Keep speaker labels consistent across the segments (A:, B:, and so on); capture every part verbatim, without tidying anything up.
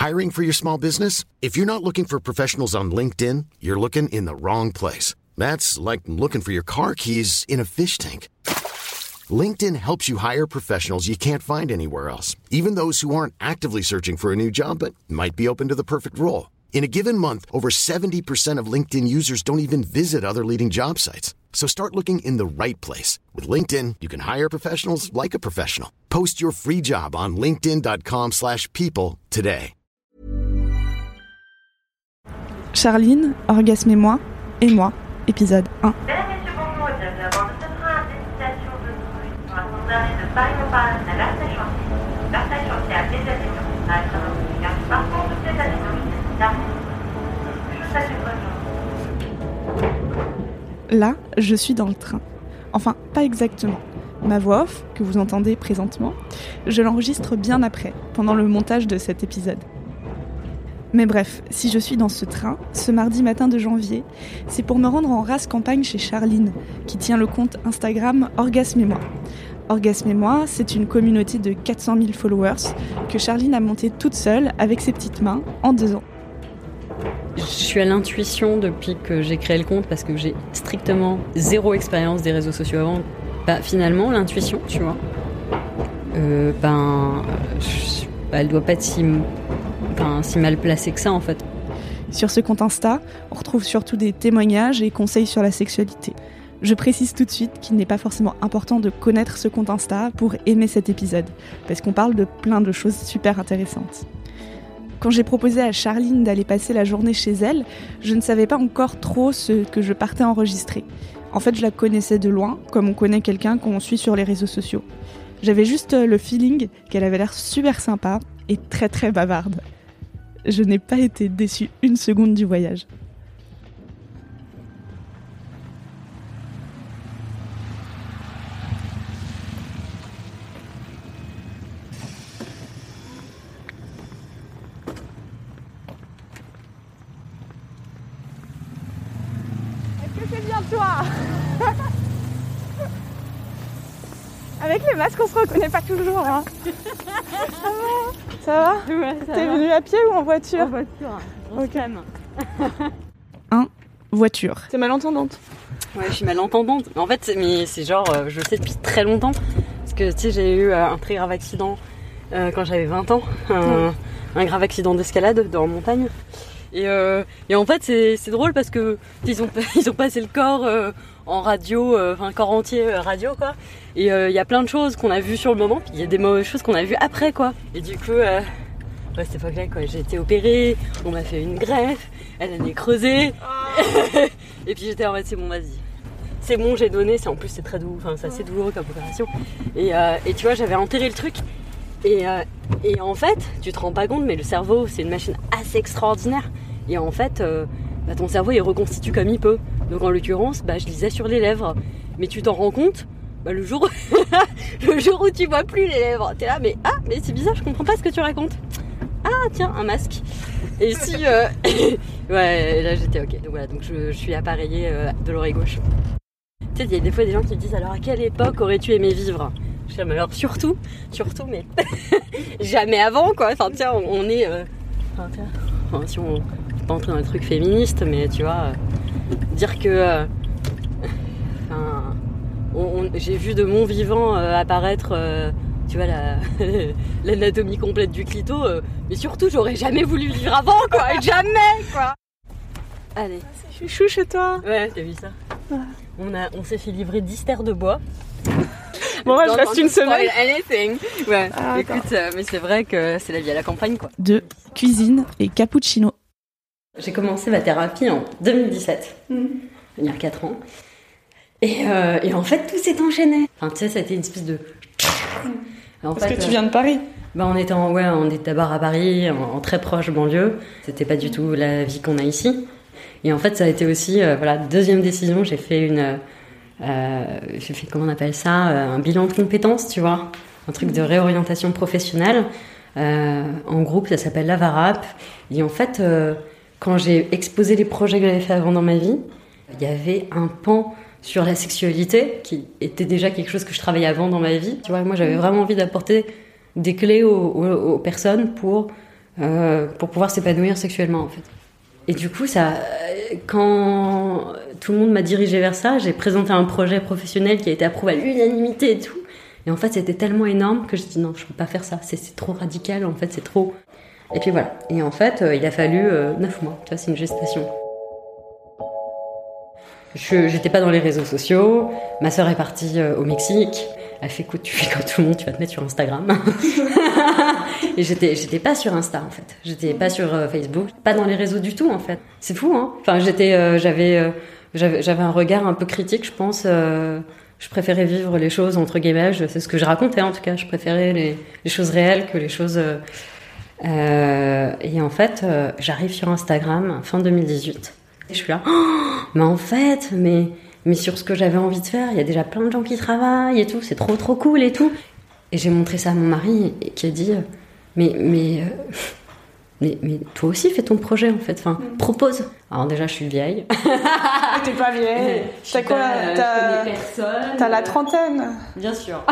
A: Hiring for your small business? If you're not looking for professionals on LinkedIn, you're looking in the wrong place. That's like looking for your car keys in a fish tank. LinkedIn helps you hire professionals you can't find anywhere else, even those who aren't actively searching for a new job but might be open to the perfect role. In a given month, over seventy percent of LinkedIn users don't even visit other leading job sites. So start looking in the right place. With LinkedIn, you can hire professionals like a professional. Post your free job on linkedin.com slash people today.
B: Charline, Orgasme et moi, et moi, épisode un.
C: Mesdames et messieurs, bonjour et bienvenue à bord de ce train à destination de Toulouse. Sur la zone d'arrêt de Paris-Montparnasse à Versailles-Chantier. Versailles-Chantier à Plaisavignon. À l'examen de gare du parcours de Plaisavignon. Je vous souhaite une bonne journée.
B: Là, je suis dans le train. Enfin, pas exactement. Ma voix off, que vous entendez présentement, je l'enregistre bien après, pendant le montage de cet épisode. Mais bref, si je suis dans ce train, ce mardi matin de janvier, c'est pour me rendre en race campagne chez Charline, qui tient le compte Instagram Orgasme et moi. Orgasme et moi, c'est une communauté de quatre cent mille followers que Charline a montée toute seule, avec ses petites mains, en deux ans.
D: Je suis à l'intuition depuis que j'ai créé le compte, parce que j'ai strictement zéro expérience des réseaux sociaux avant. Bah, finalement, l'intuition, tu vois, euh, ben, je, bah, elle doit pas être si... Enfin, si mal placé que ça en fait.
B: Sur ce compte Insta, on retrouve surtout des témoignages et conseils sur la sexualité. Je précise tout de suite qu'il n'est pas forcément important de connaître ce compte Insta pour aimer cet épisode, parce qu'on parle de plein de choses super intéressantes. Quand j'ai proposé à Charline d'aller passer la journée chez elle, je ne savais pas encore trop ce que je partais enregistrer. En fait, je la connaissais de loin, comme on connaît quelqu'un qu'on suit sur les réseaux sociaux. J'avais juste le feeling qu'elle avait l'air super sympa et très très bavarde. Je n'ai pas été déçue une seconde du voyage. Est-ce que c'est bien toi? Avec les masques, on se reconnaît pas toujours. Hein. Ça va? Ça va?
D: Ouais, ça
B: T'es
D: va.
B: venu à pied ou en voiture?
D: En voiture. On
B: Ok.
D: se calme.
B: un. Voiture. T'es malentendante?
D: Ouais, je suis malentendante. En fait, c'est, mais c'est genre, euh, je le sais depuis très longtemps. Parce que tu sais, j'ai eu euh, un très grave accident euh, quand j'avais vingt ans. Un,
B: Ouais.
D: un grave accident d'escalade dans la montagne. Et, euh, et en fait, c'est, c'est drôle parce que ils ont, ils ont passé le corps euh, en radio, euh, enfin, corps entier euh, radio, quoi. Et il euh, y a plein de choses qu'on a vues sur le moment, puis il y a des mauvaises choses qu'on a vues après, quoi. Et du coup, euh, ouais, cette époque-là, quoi, j'ai été opérée, on m'a fait une greffe, elle a nez creusé. Et puis j'étais en mode, c'est bon, vas-y. C'est bon, j'ai donné, c'est, en plus c'est très doux, enfin, c'est assez douloureux comme opération. Et, euh, et tu vois, j'avais enterré le truc. Et, euh, et en fait, tu te rends pas compte, mais le cerveau, c'est une machine assez extraordinaire. Et en fait, euh, bah, ton cerveau, il reconstitue comme il peut. Donc en l'occurrence, bah, je lisais sur les lèvres. Mais tu t'en rends compte bah, le jour où... le jour où tu vois plus les lèvres. T'es là, mais ah, mais c'est bizarre, je comprends pas ce que tu racontes. Ah, tiens, un masque. Et si... Euh... ouais, là j'étais ok. Donc voilà, donc je, je suis appareillée euh, de l'oreille gauche. Tu sais, il y a des fois des gens qui me disent, alors à quelle époque aurais-tu aimé vivre? Je dis, mais alors surtout, surtout, mais jamais avant, quoi. Enfin, tiens, on, on est... Euh... Enfin, tiens, enfin, si on... Je pas entrer dans les trucs féministes, mais tu vois, euh, dire que... Euh... Enfin... On, on, j'ai vu de mon vivant euh, apparaître... Euh... Tu vois, la, l'anatomie complète du clito. Euh, mais surtout, j'aurais jamais voulu vivre avant, quoi. Jamais, quoi. Allez.
B: C'est chouchou chez toi.
D: Ouais, t'as vu ça? Ouais. On, a, on s'est fait livrer dix terres de bois.
B: Bon, moi, je reste une semaine.
D: Anything. Ouais,
B: Ah,
D: écoute, euh, mais c'est vrai que c'est la vie à la campagne, quoi.
B: deux. Cuisine et cappuccino.
D: J'ai commencé ma thérapie en deux mille dix-sept, mmh. il y a quatre ans. Et, euh, et en fait, tout s'est enchaîné. Enfin, tu sais, ça a été une espèce de...
B: En Parce fait, que tu viens de Paris.
D: Bah on était en, ouais, on était d'abord à Paris, en, en très proche banlieue. C'était pas du tout la vie qu'on a ici. Et en fait, ça a été aussi, euh, voilà, deuxième décision. J'ai fait une, euh, j'ai fait comment on appelle ça, euh, un bilan de compétences, tu vois, un truc de réorientation professionnelle. Euh, en groupe, ça s'appelle l'Avarap. Et en fait, euh, quand j'ai exposé les projets que j'avais fait avant dans ma vie, il y avait un pan sur la sexualité, qui était déjà quelque chose que je travaillais avant dans ma vie. Tu vois, moi, j'avais vraiment envie d'apporter des clés aux, aux, aux personnes pour euh, pour pouvoir s'épanouir sexuellement en fait. Et du coup, ça, quand tout le monde m'a dirigée vers ça, j'ai présenté un projet professionnel qui a été approuvé à l'unanimité et tout. Et en fait, c'était tellement énorme que j'ai dit non, je peux pas faire ça. C'est, c'est trop radical, en fait, c'est trop. Et puis voilà. Et en fait, euh, il a fallu euh, neuf mois. Tu vois, c'est une gestation. Je, j'étais pas dans les réseaux sociaux. Ma sœur est partie euh, au Mexique. Elle fait écoute, tu fais comme tout le monde, tu vas te mettre sur Instagram. Et j'étais, j'étais pas sur Insta en fait. J'étais pas sur euh, Facebook, pas dans les réseaux du tout en fait. C'est fou, hein. Enfin, j'étais, euh, j'avais, euh, j'avais, j'avais un regard un peu critique, je pense. Euh, je préférais vivre les choses entre guillemets. Je, c'est ce que je racontais en tout cas. Je préférais les, les choses réelles que les choses. Euh, euh, et en fait, euh, j'arrive sur Instagram fin deux mille dix-huit. Et je suis là, oh, mais en fait, mais. Mais sur ce que j'avais envie de faire, il y a déjà plein de gens qui travaillent et tout, c'est trop trop cool et tout. Et j'ai montré ça à mon mari qui a dit mais mais, euh, mais mais toi aussi fais ton projet en fait, enfin mmh. propose. Alors déjà je suis vieille.
B: T'es pas vieille. T'as quoi
D: pas,
B: T'as
D: je connais personne.
B: T'as la trentaine.
D: Bien sûr.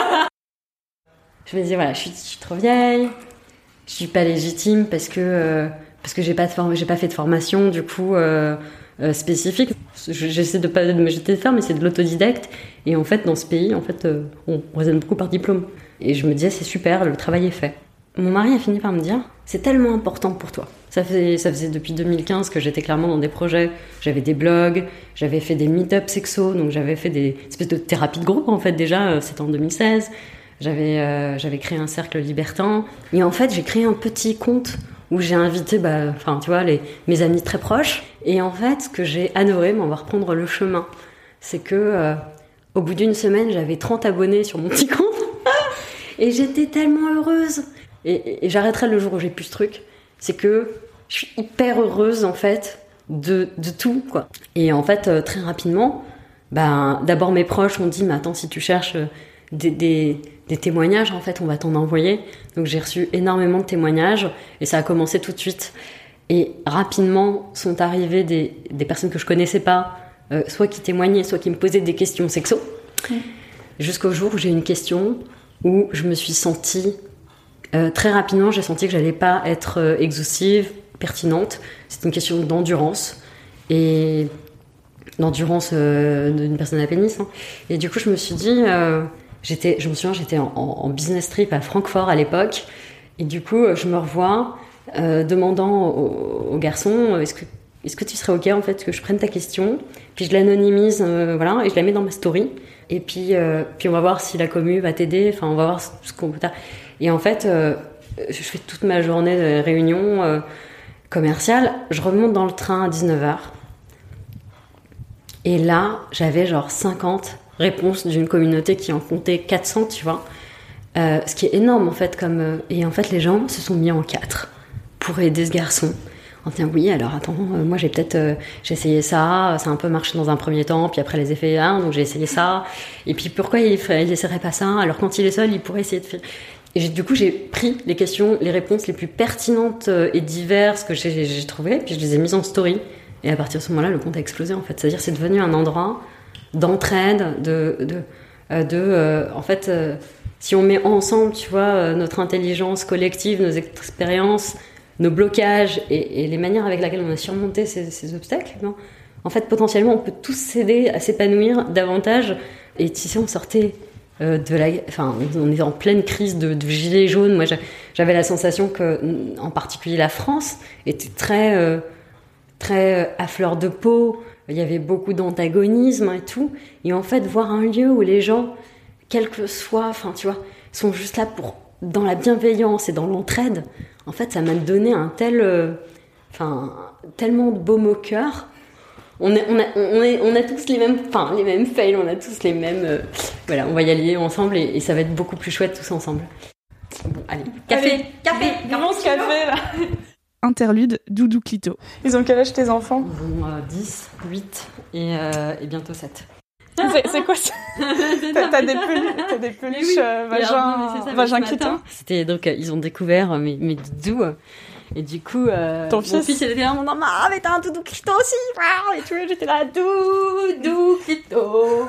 D: Je me dis voilà, je suis, je suis trop vieille, je suis pas légitime parce que euh, parce que j'ai pas de forme, j'ai pas fait de formation du coup. Euh, Euh, spécifique. J'essaie de pas de me jeter de faire, mais c'est de l'autodidacte. Et en fait, dans ce pays, en fait, euh, on raisonne beaucoup par diplôme. Et je me disais, c'est super, le travail est fait. Mon mari a fini par me dire, c'est tellement important pour toi. Ça faisait, ça faisait depuis deux mille quinze que j'étais clairement dans des projets. J'avais des blogs, j'avais fait des meet-up sexo, donc j'avais fait des espèces de thérapies de groupe, en fait, déjà, c'était en deux mille seize. J'avais, euh, j'avais créé un cercle libertin. Et en fait, j'ai créé un petit compte où j'ai invité, bah, enfin, tu vois, les, mes amis très proches. Et en fait, ce que j'ai adoré, mais on va reprendre le chemin, c'est que euh, au bout d'une semaine, j'avais trente abonnés sur mon petit compte. Et j'étais tellement heureuse. Et, et, et j'arrêterai le jour où j'ai plus ce truc. C'est que je suis hyper heureuse, en fait, de, de tout, quoi. Et en fait, euh, très rapidement, bah, d'abord mes proches m'ont dit, mais attends, si tu cherches des... des des témoignages, en fait, on va t'en envoyer. Donc j'ai reçu énormément de témoignages et ça a commencé tout de suite. Et rapidement sont arrivées des, des personnes que je connaissais pas, euh, soit qui témoignaient, soit qui me posaient des questions sexo. Mmh. Jusqu'au jour où j'ai eu une question où je me suis sentie, euh, très rapidement, j'ai senti que j'allais pas être euh, exhaustive, pertinente. C'était une question d'endurance. Et d'endurance euh, d'une personne à pénis. Hein. Et du coup, je me suis dit... Euh, J'étais, je me souviens, j'étais en, en business trip à Francfort à l'époque, et du coup, je me revois euh, demandant au, au garçon, est-ce que, est-ce que tu serais ok en fait que je prenne ta question, puis je l'anonymise, euh, voilà, et je la mets dans ma story, et puis, euh, puis on va voir si la commu va t'aider, enfin, on va voir ce qu'on peut. Et en fait, euh, je fais toute ma journée de réunion euh, commerciale, je remonte dans le train à dix-neuf heures, et là, j'avais genre cinquante réponse d'une communauté qui en comptait quatre cents, tu vois. Euh, ce qui est énorme, en fait. Comme, euh, et en fait, les gens se sont mis en quatre pour aider ce garçon. En disant, oui, alors attends, euh, moi j'ai peut-être... Euh, j'ai essayé ça, ça a un peu marché dans un premier temps, puis après les effets, hein, donc j'ai essayé ça. Et puis pourquoi il n'essaierait pas ça? Alors quand il est seul, il pourrait essayer de faire... Et j'ai, du coup, j'ai pris les questions, les réponses les plus pertinentes et diverses que j'ai, j'ai trouvées, puis je les ai mises en story. Et à partir de ce moment-là, le compte a explosé, en fait. C'est-à-dire c'est devenu un endroit... d'entraide, de, de, euh, de euh, en fait, euh, si on met ensemble, tu vois, euh, notre intelligence collective, nos expériences, nos blocages et, et les manières avec lesquelles on a surmonté ces, ces obstacles, non en fait, potentiellement, on peut tous s'aider à s'épanouir davantage. Et si on sortait euh, de la, enfin, on est en pleine crise de, de gilets jaunes. Moi, j'avais la sensation que, en particulier, la France était très, euh, très à fleur de peau. Il y avait beaucoup d'antagonisme et tout. Et en fait, voir un lieu où les gens, quel que soit, enfin, tu vois, sont juste là pour, dans la bienveillance et dans l'entraide. En fait, ça m'a donné un tel, euh, enfin, tellement de baume au cœur. On a, on a, on a, on a tous les mêmes, enfin, les mêmes fails, on a tous les mêmes, euh, voilà, on va y aller ensemble et, et ça va être beaucoup plus chouette tous ensemble. Bon, allez, café, allez, café,
B: commence café, là. Interlude, Doudou Clito. Ils ont quel âge tes enfants?
D: Ils ont euh, dix, huit et, euh, et bientôt sept.
B: C'est, c'est quoi ça? t'as, t'as, des peluches, t'as des peluches oui, euh, vagin, ça, vagin clito.
D: C'était donc, euh, ils ont découvert euh, mes, mes doudous. Euh, et du coup, euh,
B: Ton
D: mon
B: fils,
D: fils il était là, mon maman, mais t'as un doudou clito aussi. Et tu vois, j'étais là, doudou clito.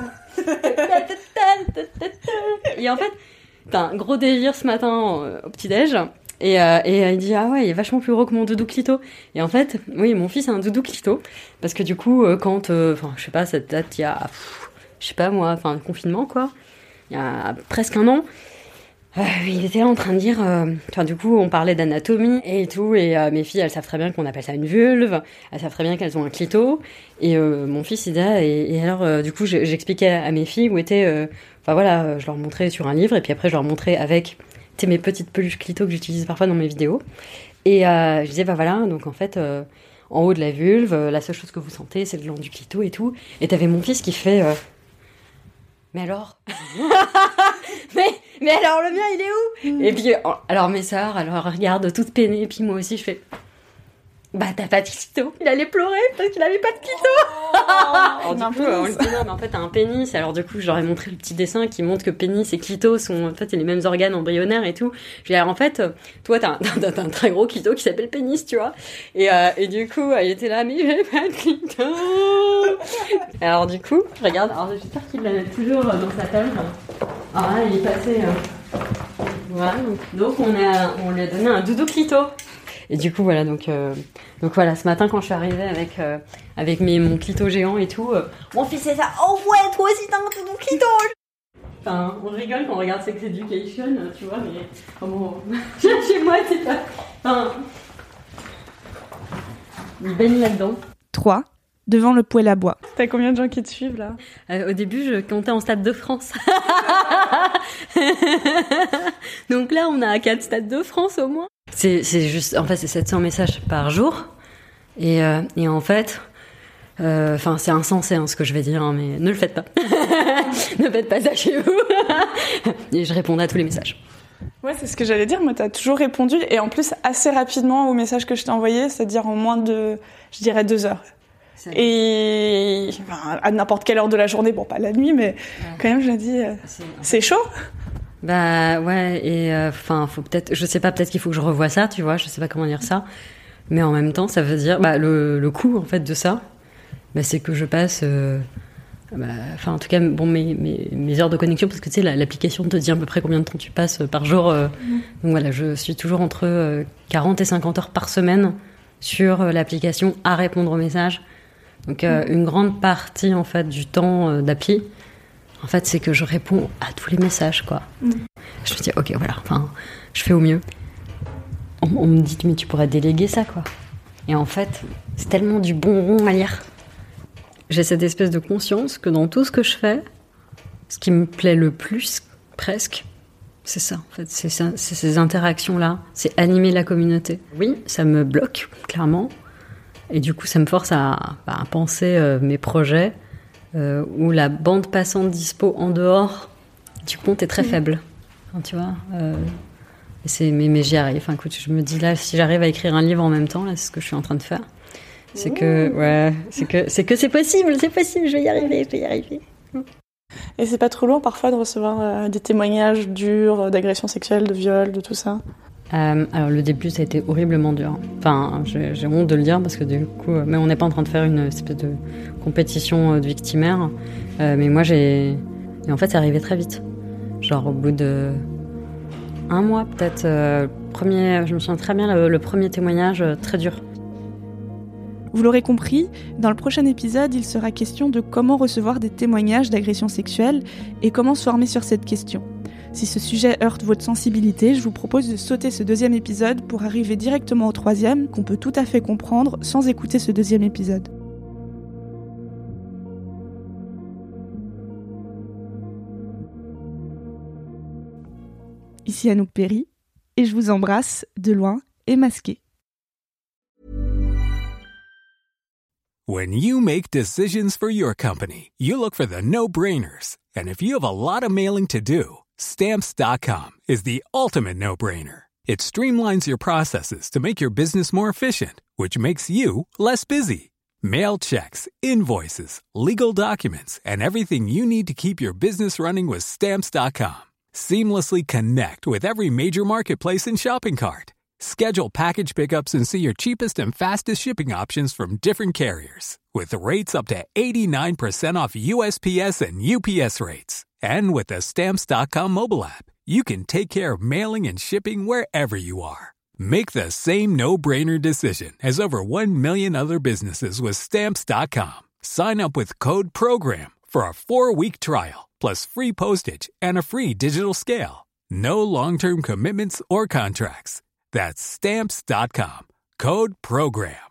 D: Et en fait, t'as un gros délire ce matin euh, au petit-déj. Et, euh, et euh, il dit, ah ouais, il est vachement plus gros que mon doudou Clito. Et en fait, oui, mon fils a un doudou Clito. Parce que du coup, euh, quand, enfin, euh, je sais pas, ça date il y a, pff, je sais pas moi, enfin, le confinement, quoi. Il y a presque un an. Euh, il était là en train de dire, euh, enfin, du coup, on parlait d'anatomie et tout. Et euh, mes filles, elles savent très bien qu'on appelle ça une vulve. Elles savent très bien qu'elles ont un clito. Et euh, mon fils, il dit, ah, et, et alors, euh, du coup, j'expliquais à mes filles où était, euh, enfin voilà, je leur montrais sur un livre. Et puis après, je leur montrais avec, tu sais, mes petites peluches clito que j'utilise parfois dans mes vidéos. Et euh, je disais, bah voilà, donc en fait, euh, en haut de la vulve, euh, la seule chose que vous sentez, c'est le gland du clito et tout. Et t'avais mon fils qui fait, euh, mais alors mais, mais alors, le mien, il est où? Et puis, alors mes sœurs, alors regardent toutes peinées, et puis moi aussi, je fais, bah t'as pas de clito. Il allait pleurer parce qu'il avait pas de clito. Oh, alors du coup, on lui dit non, mais en fait t'as un pénis. Alors du coup, j'aurais montré le petit dessin qui montre que pénis et clito sont en fait c'est les mêmes organes embryonnaires et tout. Je dis en fait, toi t'as un, t'as, t'as un très gros clito qui s'appelle pénis, tu vois. Et euh, et du coup, il était là, mais j'ai pas de clito. Alors du coup, je regarde. Alors j'espère qu'il l'a toujours dans sa table. Alors là, il est passé. Euh... Voilà. Donc on a, on lui a donné un doudou clito. Et du coup, voilà, donc, euh, donc voilà, ce matin, quand je suis arrivée avec, euh, avec mes, mon clito géant et tout, euh, mon fils c'est ça, oh ouais, toi aussi t'as un tout clito. Enfin, on rigole quand on regarde Sex Education, tu vois, mais comment, chez moi, c'est pas, enfin, il baigne là-dedans.
B: trois. Devant le poêle à bois. T'as combien de gens qui te suivent, là?
D: euh, Au début, je comptais en Stade de France. Donc là, on a quatre Stades de France, au moins. C'est, c'est juste... En fait, c'est sept cents messages par jour. Et, euh, et en fait... Enfin, euh, c'est insensé, hein, ce que je vais dire, hein, mais ne le faites pas. Ne faites pas ça chez vous. Et je répondais à tous les messages.
B: Ouais, c'est ce que j'allais dire. Moi, t'as toujours répondu. Et en plus, assez rapidement aux messages que je t'ai envoyés. C'est-à-dire en moins de, je dirais, deux heures. Et enfin, à n'importe quelle heure de la journée, bon pas la nuit, mais ouais. Quand même je dis, euh, c'est... c'est chaud.
D: Bah ouais, et enfin euh, faut peut-être, je sais pas, peut-être qu'il faut que je revoie ça, tu vois, je sais pas comment dire ça, mais en même temps ça veut dire, bah le, le coût en fait de ça, bah c'est que je passe, euh, bah, enfin en tout cas bon mes, mes, mes heures de connexion, parce que tu sais la, l'application te dit à peu près combien de temps tu passes par jour, euh, mmh. Donc voilà, je suis toujours entre euh, quarante et cinquante heures par semaine sur euh, l'application à répondre aux messages. Donc euh, une grande partie en fait du temps euh, d'appli, en fait c'est que je réponds à tous les messages quoi. Mm. Je me dis ok voilà, enfin je fais au mieux. On, on me dit mais tu pourrais déléguer ça quoi. Et en fait c'est tellement du bon rond à lire. J'ai cette espèce de conscience que dans tout ce que je fais, ce qui me plaît le plus presque, c'est ça en fait, c'est, ça, c'est ces interactions là, c'est animer la communauté. Oui, ça me bloque clairement. Et du coup, ça me force à, à penser euh, mes projets euh, où la bande passante dispo en dehors du compte est très mmh. faible. Enfin, tu vois, euh, et c'est, mais, mais j'y arrive. Enfin, écoute, je me dis là, si j'arrive à écrire un livre en même temps, là, c'est ce que je suis en train de faire. C'est que, ouais, c'est que, c'est que c'est possible, c'est possible, je vais y arriver, je vais y arriver.
B: Et c'est pas trop lourd parfois de recevoir euh, des témoignages durs, euh, d'agressions sexuelles, de viols, de tout ça?
D: Euh, alors le début ça a été horriblement dur. Enfin j'ai, j'ai honte de le dire parce que du coup, euh, mais on n'est pas en train de faire une espèce de compétition de victimaires. Euh, mais moi j'ai, et en fait ça arrivait très vite. Genre au bout de un mois peut-être. Euh, premier, je me souviens très bien le, le premier témoignage euh, très dur.
B: Vous l'aurez compris, dans le prochain épisode, il sera question de comment recevoir des témoignages d'agressions sexuelles et comment se former sur cette question. Si ce sujet heurte votre sensibilité, je vous propose de sauter ce deuxième épisode pour arriver directement au troisième, qu'on peut tout à fait comprendre sans écouter ce deuxième épisode. Ici Anouk Perry, et je vous embrasse de loin et masqué.
E: When you make decisions for your company, you look for the no-brainers. And if you have a lot of mailing to do, Stamps dot com is the ultimate no-brainer. It streamlines your processes to make your business more efficient, which makes you less busy. Mail checks, invoices, legal documents, and everything you need to keep your business running with Stamps dot com. Seamlessly connect with every major marketplace and shopping cart. Schedule package pickups and see your cheapest and fastest shipping options from different carriers. With rates up to eighty-nine percent off U S P S and U P S rates. And with the Stamps dot com mobile app, you can take care of mailing and shipping wherever you are. Make the same no-brainer decision as over one million other businesses with Stamps dot com. Sign up with code PROGRAM for a four-week trial, plus free postage and a free digital scale. No long-term commitments or contracts. That's Stamps dot com. Code PROGRAM.